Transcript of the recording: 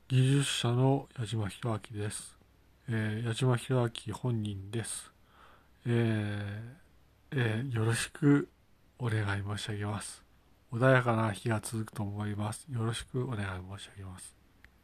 技術者の矢島弘明です。矢島弘明本人です。えよろしくお願い申し上げます。穏やかな日が続くと思います。よろしくお願い申し上げます。